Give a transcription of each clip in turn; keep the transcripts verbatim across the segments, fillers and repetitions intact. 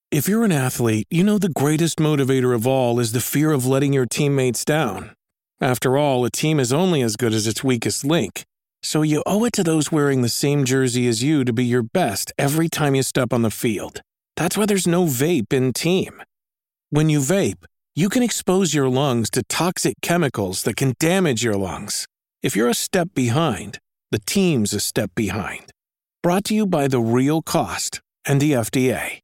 If you're an athlete, you know the greatest motivator of all is the fear of letting your teammates down. After all, a team is only as good as its weakest link. So you owe it to those wearing the same jersey as you to be your best every time you step on the field. That's why there's no vape in team. When you vape, you can expose your lungs to toxic chemicals that can damage your lungs. If you're a step behind, the team's a step behind. Brought to you by The Real Cost and the F D A.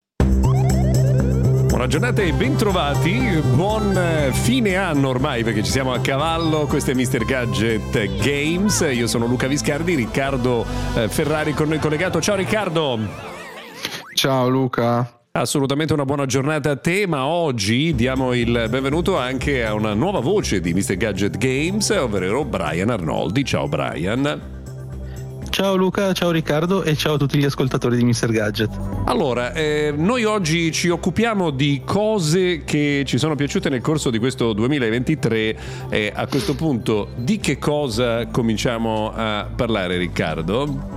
Buona giornata e bentrovati, buon fine anno ormai perché ci siamo a cavallo, questo è mister Gadget Games, io sono Luca Viscardi, Riccardo Ferrari con noi collegato. Ciao Riccardo! Ciao Luca! Assolutamente una buona giornata a te, ma oggi diamo il benvenuto anche a una nuova voce di mister Gadget Games, ovvero Brian Arnoldi. Ciao Brian! Ciao Luca, ciao Riccardo e ciao a tutti gli ascoltatori di mister Gadget. Allora, eh, noi oggi ci occupiamo di cose che ci sono piaciute nel corso di questo duemilaventitré e a questo punto di che cosa cominciamo a parlare, Riccardo?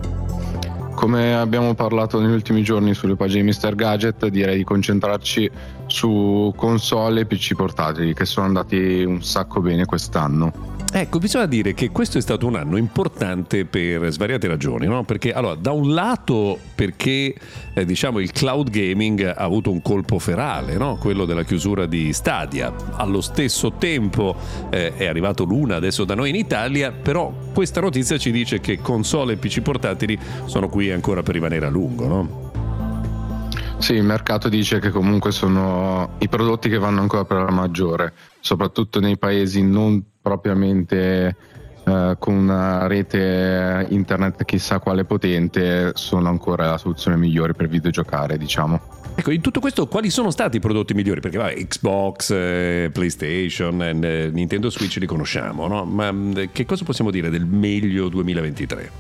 Come abbiamo parlato negli ultimi giorni sulle pagine di mister Gadget, direi di concentrarci su console e P C portatili che sono andati un sacco bene quest'anno. Ecco, bisogna dire che questo è stato un anno importante per svariate ragioni, no? Perché allora, da un lato perché eh, diciamo il cloud gaming ha avuto un colpo ferale, no? Quello della chiusura di Stadia. Allo stesso tempo eh, è arrivato Luna adesso da noi in Italia, però questa notizia ci dice che console e P C portatili sono qui ancora per rimanere a lungo, no? Sì, il mercato dice che comunque sono i prodotti che vanno ancora per la maggiore, soprattutto nei paesi non propriamente eh, con una rete internet chissà quale potente, sono ancora la soluzione migliore per videogiocare, diciamo. Ecco, in tutto questo quali sono stati i prodotti migliori? Perché vabbè, Xbox, eh, PlayStation, eh, Nintendo Switch li conosciamo, no? Ma eh, che cosa possiamo dire del meglio duemilaventitré?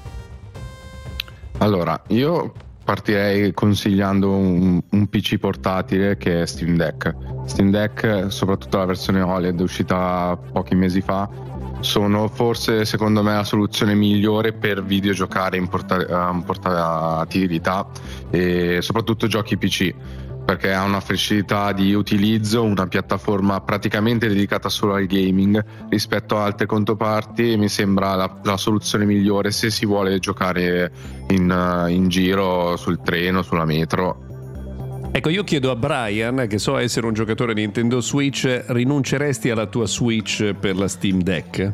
Allora, io partirei consigliando un, un P C portatile che è Steam Deck. Steam Deck, soprattutto la versione O L E D uscita pochi mesi fa, sono forse secondo me la soluzione migliore per videogiocare in, porta- in portatilità e soprattutto giochi P C, perché ha una facilità di utilizzo, una piattaforma praticamente dedicata solo al gaming rispetto a altre controparti. Mi sembra la, la soluzione migliore se si vuole giocare in, in giro, sul treno, sulla metro. Ecco, io chiedo a Brian, che so essere un giocatore Nintendo Switch, rinunceresti alla tua Switch per la Steam Deck?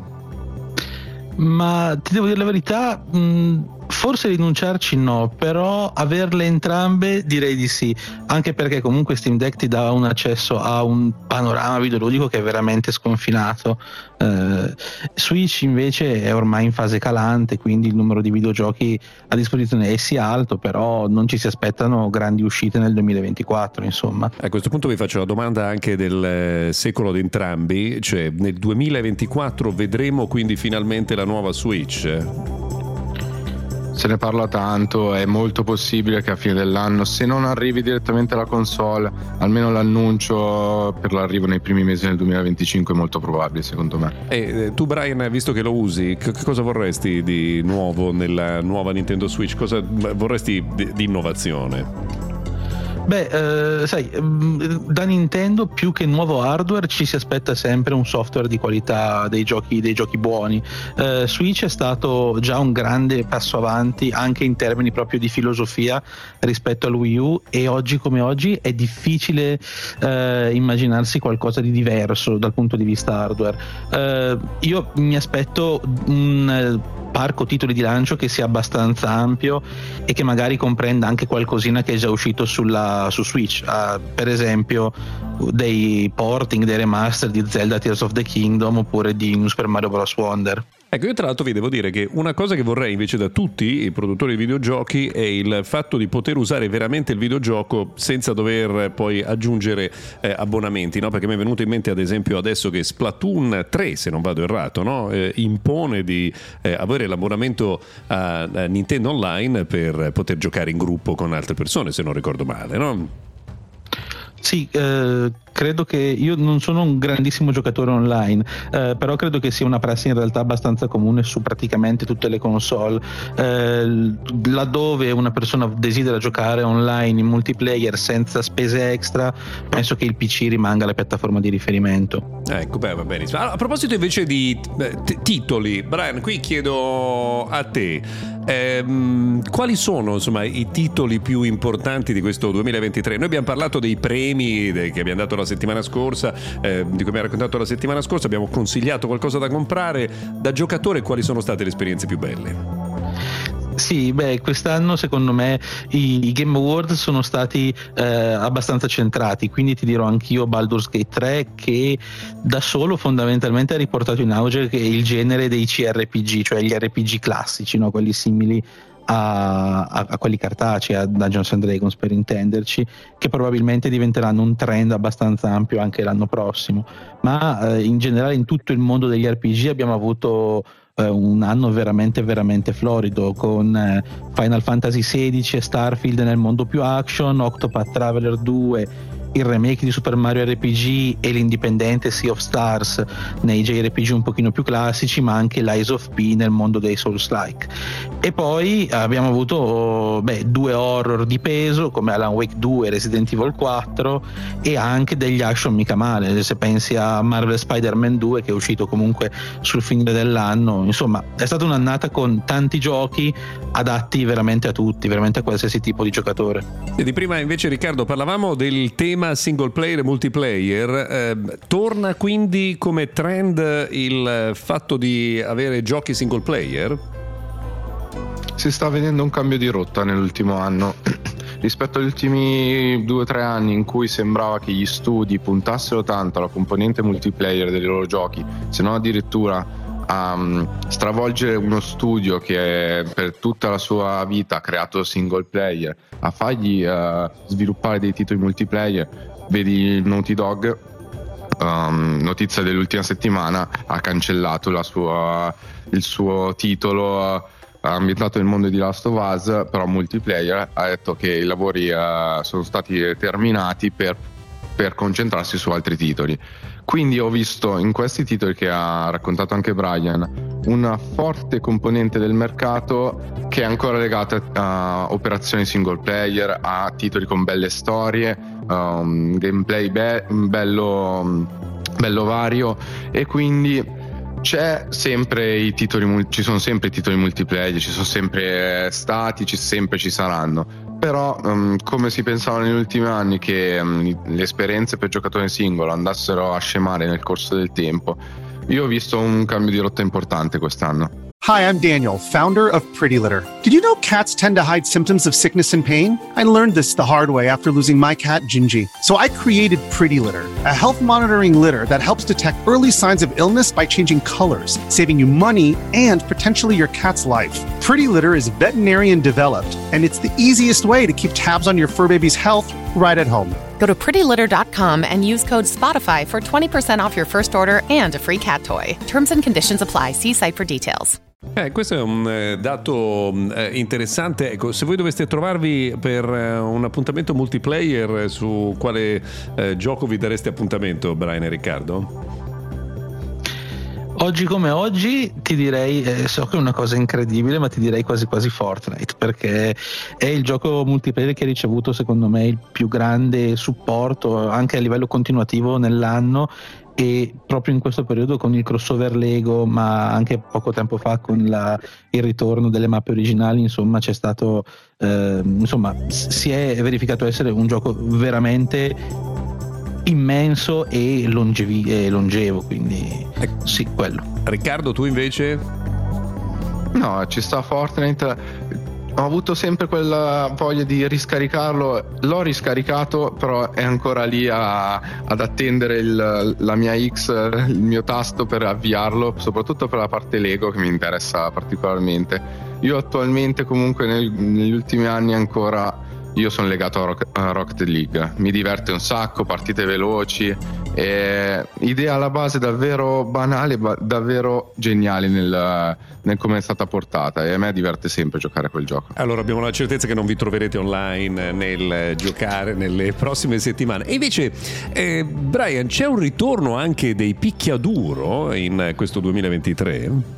Ma ti devo dire la verità, mh, forse rinunciarci no, però averle entrambe direi di sì, anche perché comunque Steam Deck ti dà un accesso a un panorama videoludico che è veramente sconfinato. eh, Switch invece è ormai in fase calante, quindi il numero di videogiochi a disposizione è sì alto, però non ci si aspettano grandi uscite nel duemilaventiquattro, insomma. A questo punto vi faccio la domanda anche del secolo di entrambi, cioè nel duemilaventiquattro vedremo quindi finalmente la nuova Switch? Se ne parla tanto, è molto possibile che a fine dell'anno, se non arrivi direttamente alla console, almeno l'annuncio per l'arrivo nei primi mesi del duemilaventicinque è molto probabile, secondo me. E tu Brian, visto che lo usi, che cosa vorresti di nuovo nella nuova Nintendo Switch? Cosa vorresti di, di innovazione? Beh, eh, sai, da Nintendo più che nuovo hardware ci si aspetta sempre un software di qualità, dei giochi, dei giochi buoni. Eh, Switch è stato già un grande passo avanti anche in termini proprio di filosofia rispetto al Wii U, e oggi come oggi è difficile eh, immaginarsi qualcosa di diverso dal punto di vista hardware. Eh, io mi aspetto un parco titoli di lancio che sia abbastanza ampio e che magari comprenda anche qualcosina che è già uscito sulla, su Switch, uh, per esempio dei porting, dei remaster di Zelda Tears of the Kingdom oppure di Super Mario Bros. Wonder. Ecco, io tra l'altro vi devo dire che una cosa che vorrei invece da tutti i produttori di videogiochi è il fatto di poter usare veramente il videogioco senza dover poi aggiungere eh, abbonamenti, no? Perché mi è venuto in mente ad esempio adesso che Splatoon tre, se non vado errato, no? eh, impone di eh, avere l'abbonamento a, a Nintendo Online per poter giocare in gruppo con altre persone, se non ricordo male, no? Sì, eh, credo che io non sono un grandissimo giocatore online, eh, però credo che sia una prassi in realtà abbastanza comune su praticamente tutte le console, eh, laddove una persona desidera giocare online in multiplayer senza spese extra, penso che il P C rimanga la piattaforma di riferimento. Ecco, beh, va benissimo. Allora, a proposito invece di eh, t- titoli, Brian, qui chiedo a te, ehm, quali sono insomma i titoli più importanti di questo duemilaventitré? Noi abbiamo parlato dei premi de- che abbiamo dato la settimana scorsa, eh, di cui mi ha raccontato la settimana scorsa, abbiamo consigliato qualcosa da comprare. Da giocatore, quali sono state le esperienze più belle? Sì, beh, quest'anno secondo me i, i Game Awards sono stati eh, abbastanza centrati, quindi ti dirò anch'io Baldur's Gate tre, che da solo fondamentalmente ha riportato in auge il genere dei C R P G, cioè gli R P G classici, no? Quelli simili a, a, a quelli cartacei, a Dungeons and Dragons per intenderci, che probabilmente diventeranno un trend abbastanza ampio anche l'anno prossimo. Ma eh, in generale in tutto il mondo degli R P G abbiamo avuto un anno veramente veramente florido, con eh, Final Fantasy sedici e Starfield nel mondo più action, Octopath Traveler due, il remake di Super Mario R P G e l'indipendente Sea of Stars nei J R P G un pochino più classici, ma anche Lies of P nel mondo dei Souls-like. E poi abbiamo avuto beh, due horror di peso come Alan Wake due e Resident Evil quattro, e anche degli action mica male, se pensi a Marvel Spider-Man due che è uscito comunque sul finire dell'anno. Insomma, è stata un'annata con tanti giochi adatti veramente a tutti, veramente a qualsiasi tipo di giocatore. E di prima invece, Riccardo, parlavamo del tema single player e multiplayer. Eh, torna quindi come trend il fatto di avere giochi single player? Si sta vedendo un cambio di rotta nell'ultimo anno rispetto agli ultimi due o tre anni in cui sembrava che gli studi puntassero tanto alla componente multiplayer dei loro giochi, se non addirittura a um, stravolgere uno studio che per tutta la sua vita ha creato single player, a fargli uh, sviluppare dei titoli multiplayer. Vedi Naughty Dog, um, notizia dell'ultima settimana, ha cancellato la sua, il suo titolo uh, ambientato nel mondo di Last of Us, però multiplayer, ha detto che i lavori uh, sono stati terminati per, per concentrarsi su altri titoli. Quindi ho visto in questi titoli che ha raccontato anche Brian una forte componente del mercato che è ancora legata a operazioni single player, a titoli con belle storie, um, gameplay be- bello, bello vario, e quindi c'è sempre i titoli, ci sono sempre i titoli multiplayer, ci sono sempre stati, ci sempre ci saranno. Però um, come si pensava negli ultimi anni che um, le esperienze per giocatori singolo andassero a scemare nel corso del tempo, io ho visto un cambio di rotta importante quest'anno. Hi, I'm Daniel, founder of Pretty Litter. Did you know cats tend to hide symptoms of sickness and pain? I learned this the hard way after losing my cat, Gingy. So I created Pretty Litter, a health monitoring litter that helps detect early signs of illness by changing colors, saving you money and potentially your cat's life. Pretty Litter is veterinarian developed, and it's the easiest way to keep tabs on your fur baby's health right at home. Go to pretty litter dot com and use code Spotify for twenty percent off your first order and a free cat toy. Terms and conditions apply. See site for details. Eh, questo è un eh, dato eh, interessante. Ecco, se voi doveste trovarvi per eh, un appuntamento multiplayer, su quale eh, gioco vi dareste appuntamento, Brian e Riccardo? Oggi come oggi ti direi, eh, so che è una cosa incredibile, ma ti direi quasi quasi Fortnite, perché è il gioco multiplayer che ha ricevuto secondo me il più grande supporto anche a livello continuativo nell'anno, e proprio in questo periodo con il crossover Lego, ma anche poco tempo fa con la, il ritorno delle mappe originali, insomma c'è stato eh, insomma si è verificato essere un gioco veramente immenso e, longevi- e longevo, quindi ecco. Sì, quello. Riccardo, tu invece? No, ci sta Fortnite. Ho avuto sempre quella voglia di riscaricarlo, l'ho riscaricato, però è ancora lì a, ad attendere il, la mia X, il mio tasto per avviarlo, soprattutto per la parte Lego che mi interessa particolarmente. Io attualmente comunque nel, negli ultimi anni ancora io sono legato a, Rock, a Rocket League, mi diverte un sacco, partite veloci, e idea alla base davvero banale, ma davvero geniale nel, nel come è stata portata, e a me diverte sempre giocare a quel gioco. Allora abbiamo la certezza che non vi troverete online nel giocare nelle prossime settimane. E invece eh, Brian, c'è un ritorno anche dei picchiaduro in questo duemilaventitré?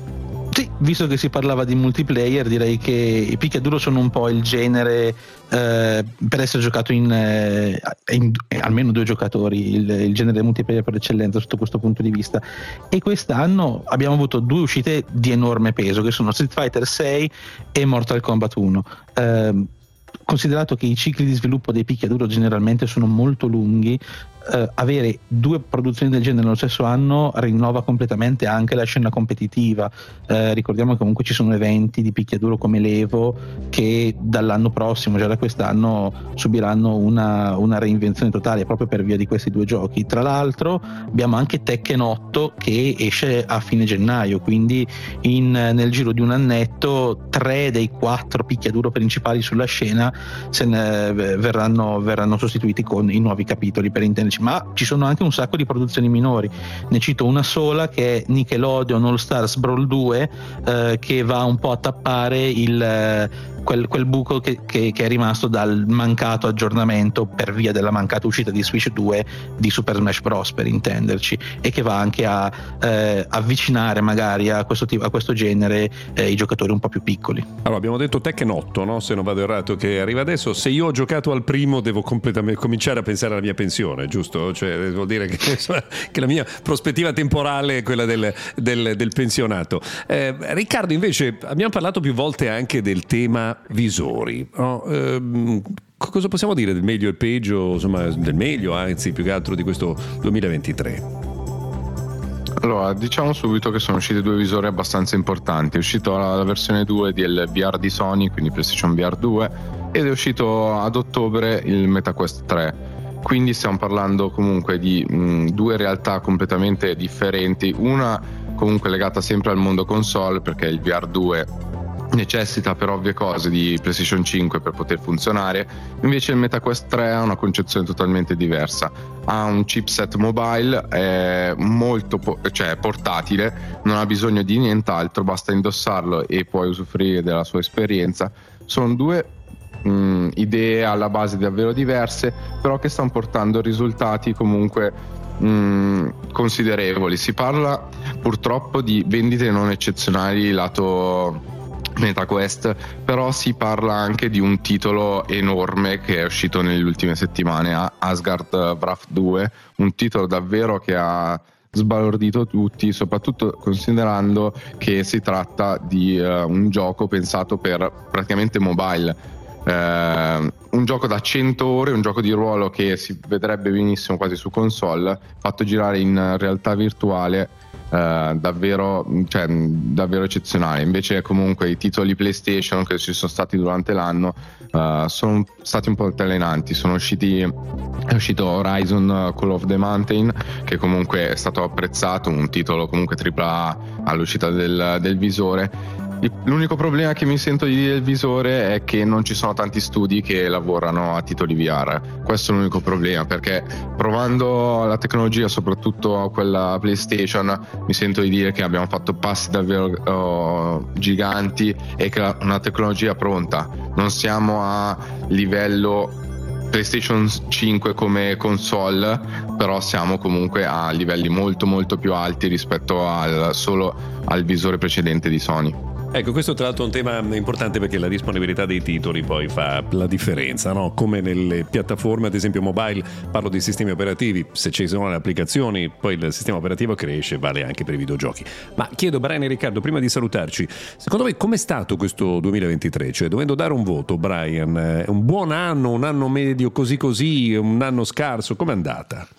Sì, visto che si parlava di multiplayer, direi che i picchiaduro sono un po' il genere eh, per essere giocato in, eh, in eh, almeno due giocatori, il, il genere multiplayer per eccellenza sotto questo punto di vista. E quest'anno abbiamo avuto due uscite di enorme peso, che sono Street Fighter sei e Mortal Kombat uno. Eh, considerato che i cicli di sviluppo dei picchiaduro generalmente sono molto lunghi, Uh, avere due produzioni del genere nello stesso anno rinnova completamente anche la scena competitiva. Uh, ricordiamo che comunque ci sono eventi di picchiaduro come l'Evo che dall'anno prossimo, già da quest'anno, subiranno una, una reinvenzione totale proprio per via di questi due giochi. Tra l'altro abbiamo anche Tekken otto che esce a fine gennaio, quindi in, nel giro di un annetto tre dei quattro picchiaduro principali sulla scena se ne verranno, verranno sostituiti con i nuovi capitoli, per intenderci. Ma ci sono anche un sacco di produzioni minori, ne cito una sola che è Nickelodeon All Stars Brawl due, eh, che va un po' a tappare il, eh, quel, quel buco che, che, che è rimasto dal mancato aggiornamento per via della mancata uscita di Switch due di Super Smash Bros, per intenderci, e che va anche a eh, avvicinare magari a questo, tipo, a questo genere eh, i giocatori un po' più piccoli. Allora abbiamo detto Tekken otto, no? Se non vado errato, che arriva adesso. Se io ho giocato al primo devo completamente cominciare a pensare alla mia pensione, giusto? Cioè, vuol dire che, insomma, che la mia prospettiva temporale è quella del, del, del pensionato. Eh, Riccardo, invece, abbiamo parlato più volte anche del tema visori, no? Eh, cosa possiamo dire del meglio e il peggio, insomma, del meglio, anzi, più che altro di questo duemilaventitré? Allora, diciamo subito che sono usciti due visori abbastanza importanti. È uscito la, la versione due del V R di Sony, quindi PlayStation V R due, ed è uscito ad ottobre il MetaQuest tre. Quindi stiamo parlando comunque di mh, due realtà completamente differenti, una comunque legata sempre al mondo console, perché il V R due necessita per ovvie cose di PlayStation cinque per poter funzionare, invece il MetaQuest tre ha una concezione totalmente diversa. Ha un chipset mobile, è molto po- cioè portatile, non ha bisogno di nient'altro, basta indossarlo e puoi usufruire della sua esperienza. Sono due Mm, idee alla base davvero diverse, però che stanno portando risultati comunque mm, considerevoli. Si parla purtroppo di vendite non eccezionali lato MetaQuest, però si parla anche di un titolo enorme che è uscito nelle ultime settimane, Asgard Wrath due, un titolo davvero che ha sbalordito tutti, soprattutto considerando che si tratta di uh, un gioco pensato per praticamente mobile. Uh, un gioco da cento ore, un gioco di ruolo che si vedrebbe benissimo quasi su console, fatto girare in realtà virtuale, uh, davvero, cioè, davvero eccezionale. Invece comunque i titoli PlayStation che ci sono stati durante l'anno uh, sono stati un po' altalenanti. Sono usciti è uscito Horizon Call of the Mountain, che comunque è stato apprezzato, un titolo comunque tripla A all'uscita del, del visore. L'unico problema che mi sento di dire del visore è che non ci sono tanti studi che lavorano a titoli V R. Questo è l'unico problema, perché provando la tecnologia, soprattutto quella PlayStation, mi sento di dire che abbiamo fatto passi davvero uh, giganti e che una tecnologia pronta. Non siamo a livello PlayStation cinque come console, però siamo comunque a livelli molto molto più alti rispetto al solo al visore precedente di Sony. Ecco, questo tra l'altro è un tema importante, perché la disponibilità dei titoli poi fa la differenza, no? Come nelle piattaforme, ad esempio mobile, parlo di sistemi operativi, se ci sono le applicazioni, poi il sistema operativo cresce, vale anche per i videogiochi. Ma chiedo, Brian e Riccardo, prima di salutarci, secondo voi com'è stato questo duemilaventitré? Cioè, dovendo dare un voto, Brian, è un buon anno, un anno medio così così, un anno scarso, com'è andata?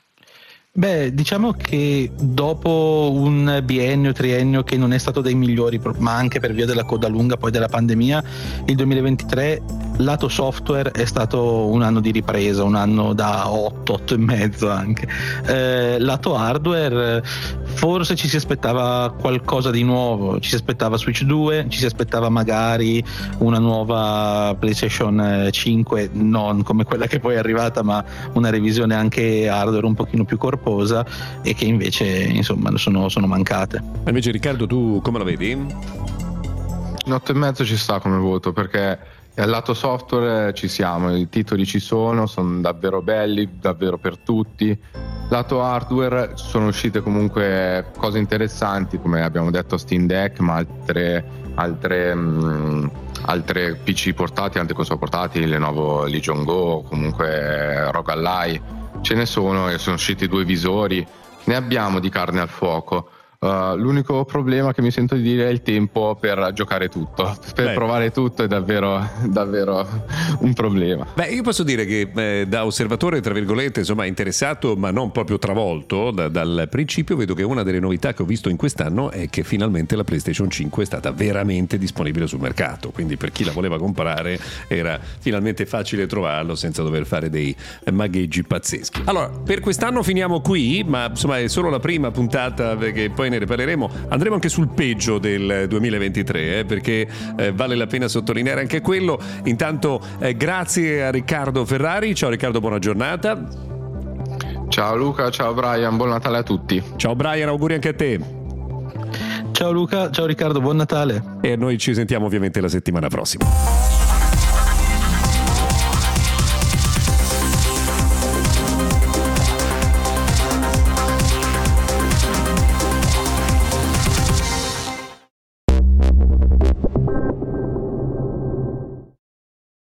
Beh, diciamo che dopo un biennio, triennio che non è stato dei migliori, ma anche per via della coda lunga poi della pandemia, il duemilaventitré lato software è stato un anno di ripresa, un anno da otto, otto e mezzo anche. Eh, lato hardware forse ci si aspettava qualcosa di nuovo, ci si aspettava Switch due, ci si aspettava magari una nuova PlayStation cinque, non come quella che poi è arrivata, ma una revisione anche hardware un pochino più corposa, e che invece insomma sono, sono mancate. Invece Riccardo, tu come la vedi? Un otto e mezzo ci sta come voto, perché al lato software ci siamo, i titoli ci sono, sono davvero belli, davvero per tutti. Lato hardware sono uscite comunque cose interessanti, come abbiamo detto Steam Deck, ma altre altre, mh, altre P C portati, altre console portati, Lenovo Legion Go, comunque R O G Ally, ce ne sono, e sono usciti due visori, ne abbiamo di carne al fuoco. Uh, l'unico problema che mi sento di dire è il tempo per giocare tutto, per Beh. provare tutto è davvero davvero un problema. Beh, io posso dire che eh, da osservatore tra virgolette insomma interessato ma non proprio travolto da, dal principio, vedo che una delle novità che ho visto in quest'anno è che finalmente la PlayStation cinque è stata veramente disponibile sul mercato, quindi per chi la voleva comprare era finalmente facile trovarlo senza dover fare dei magheggi pazzeschi. Allora, per quest'anno finiamo qui, ma insomma è solo la prima puntata, perché poi ne riparleremo, andremo anche sul peggio del duemilaventitré, eh, perché eh, vale la pena sottolineare anche quello. Intanto eh, grazie a Riccardo Ferrari. Ciao Riccardo, buona giornata. Ciao Luca, ciao Brian, buon Natale a tutti. Ciao Brian, auguri anche a te. Ciao Luca, ciao Riccardo, buon Natale. E noi ci sentiamo ovviamente la settimana prossima.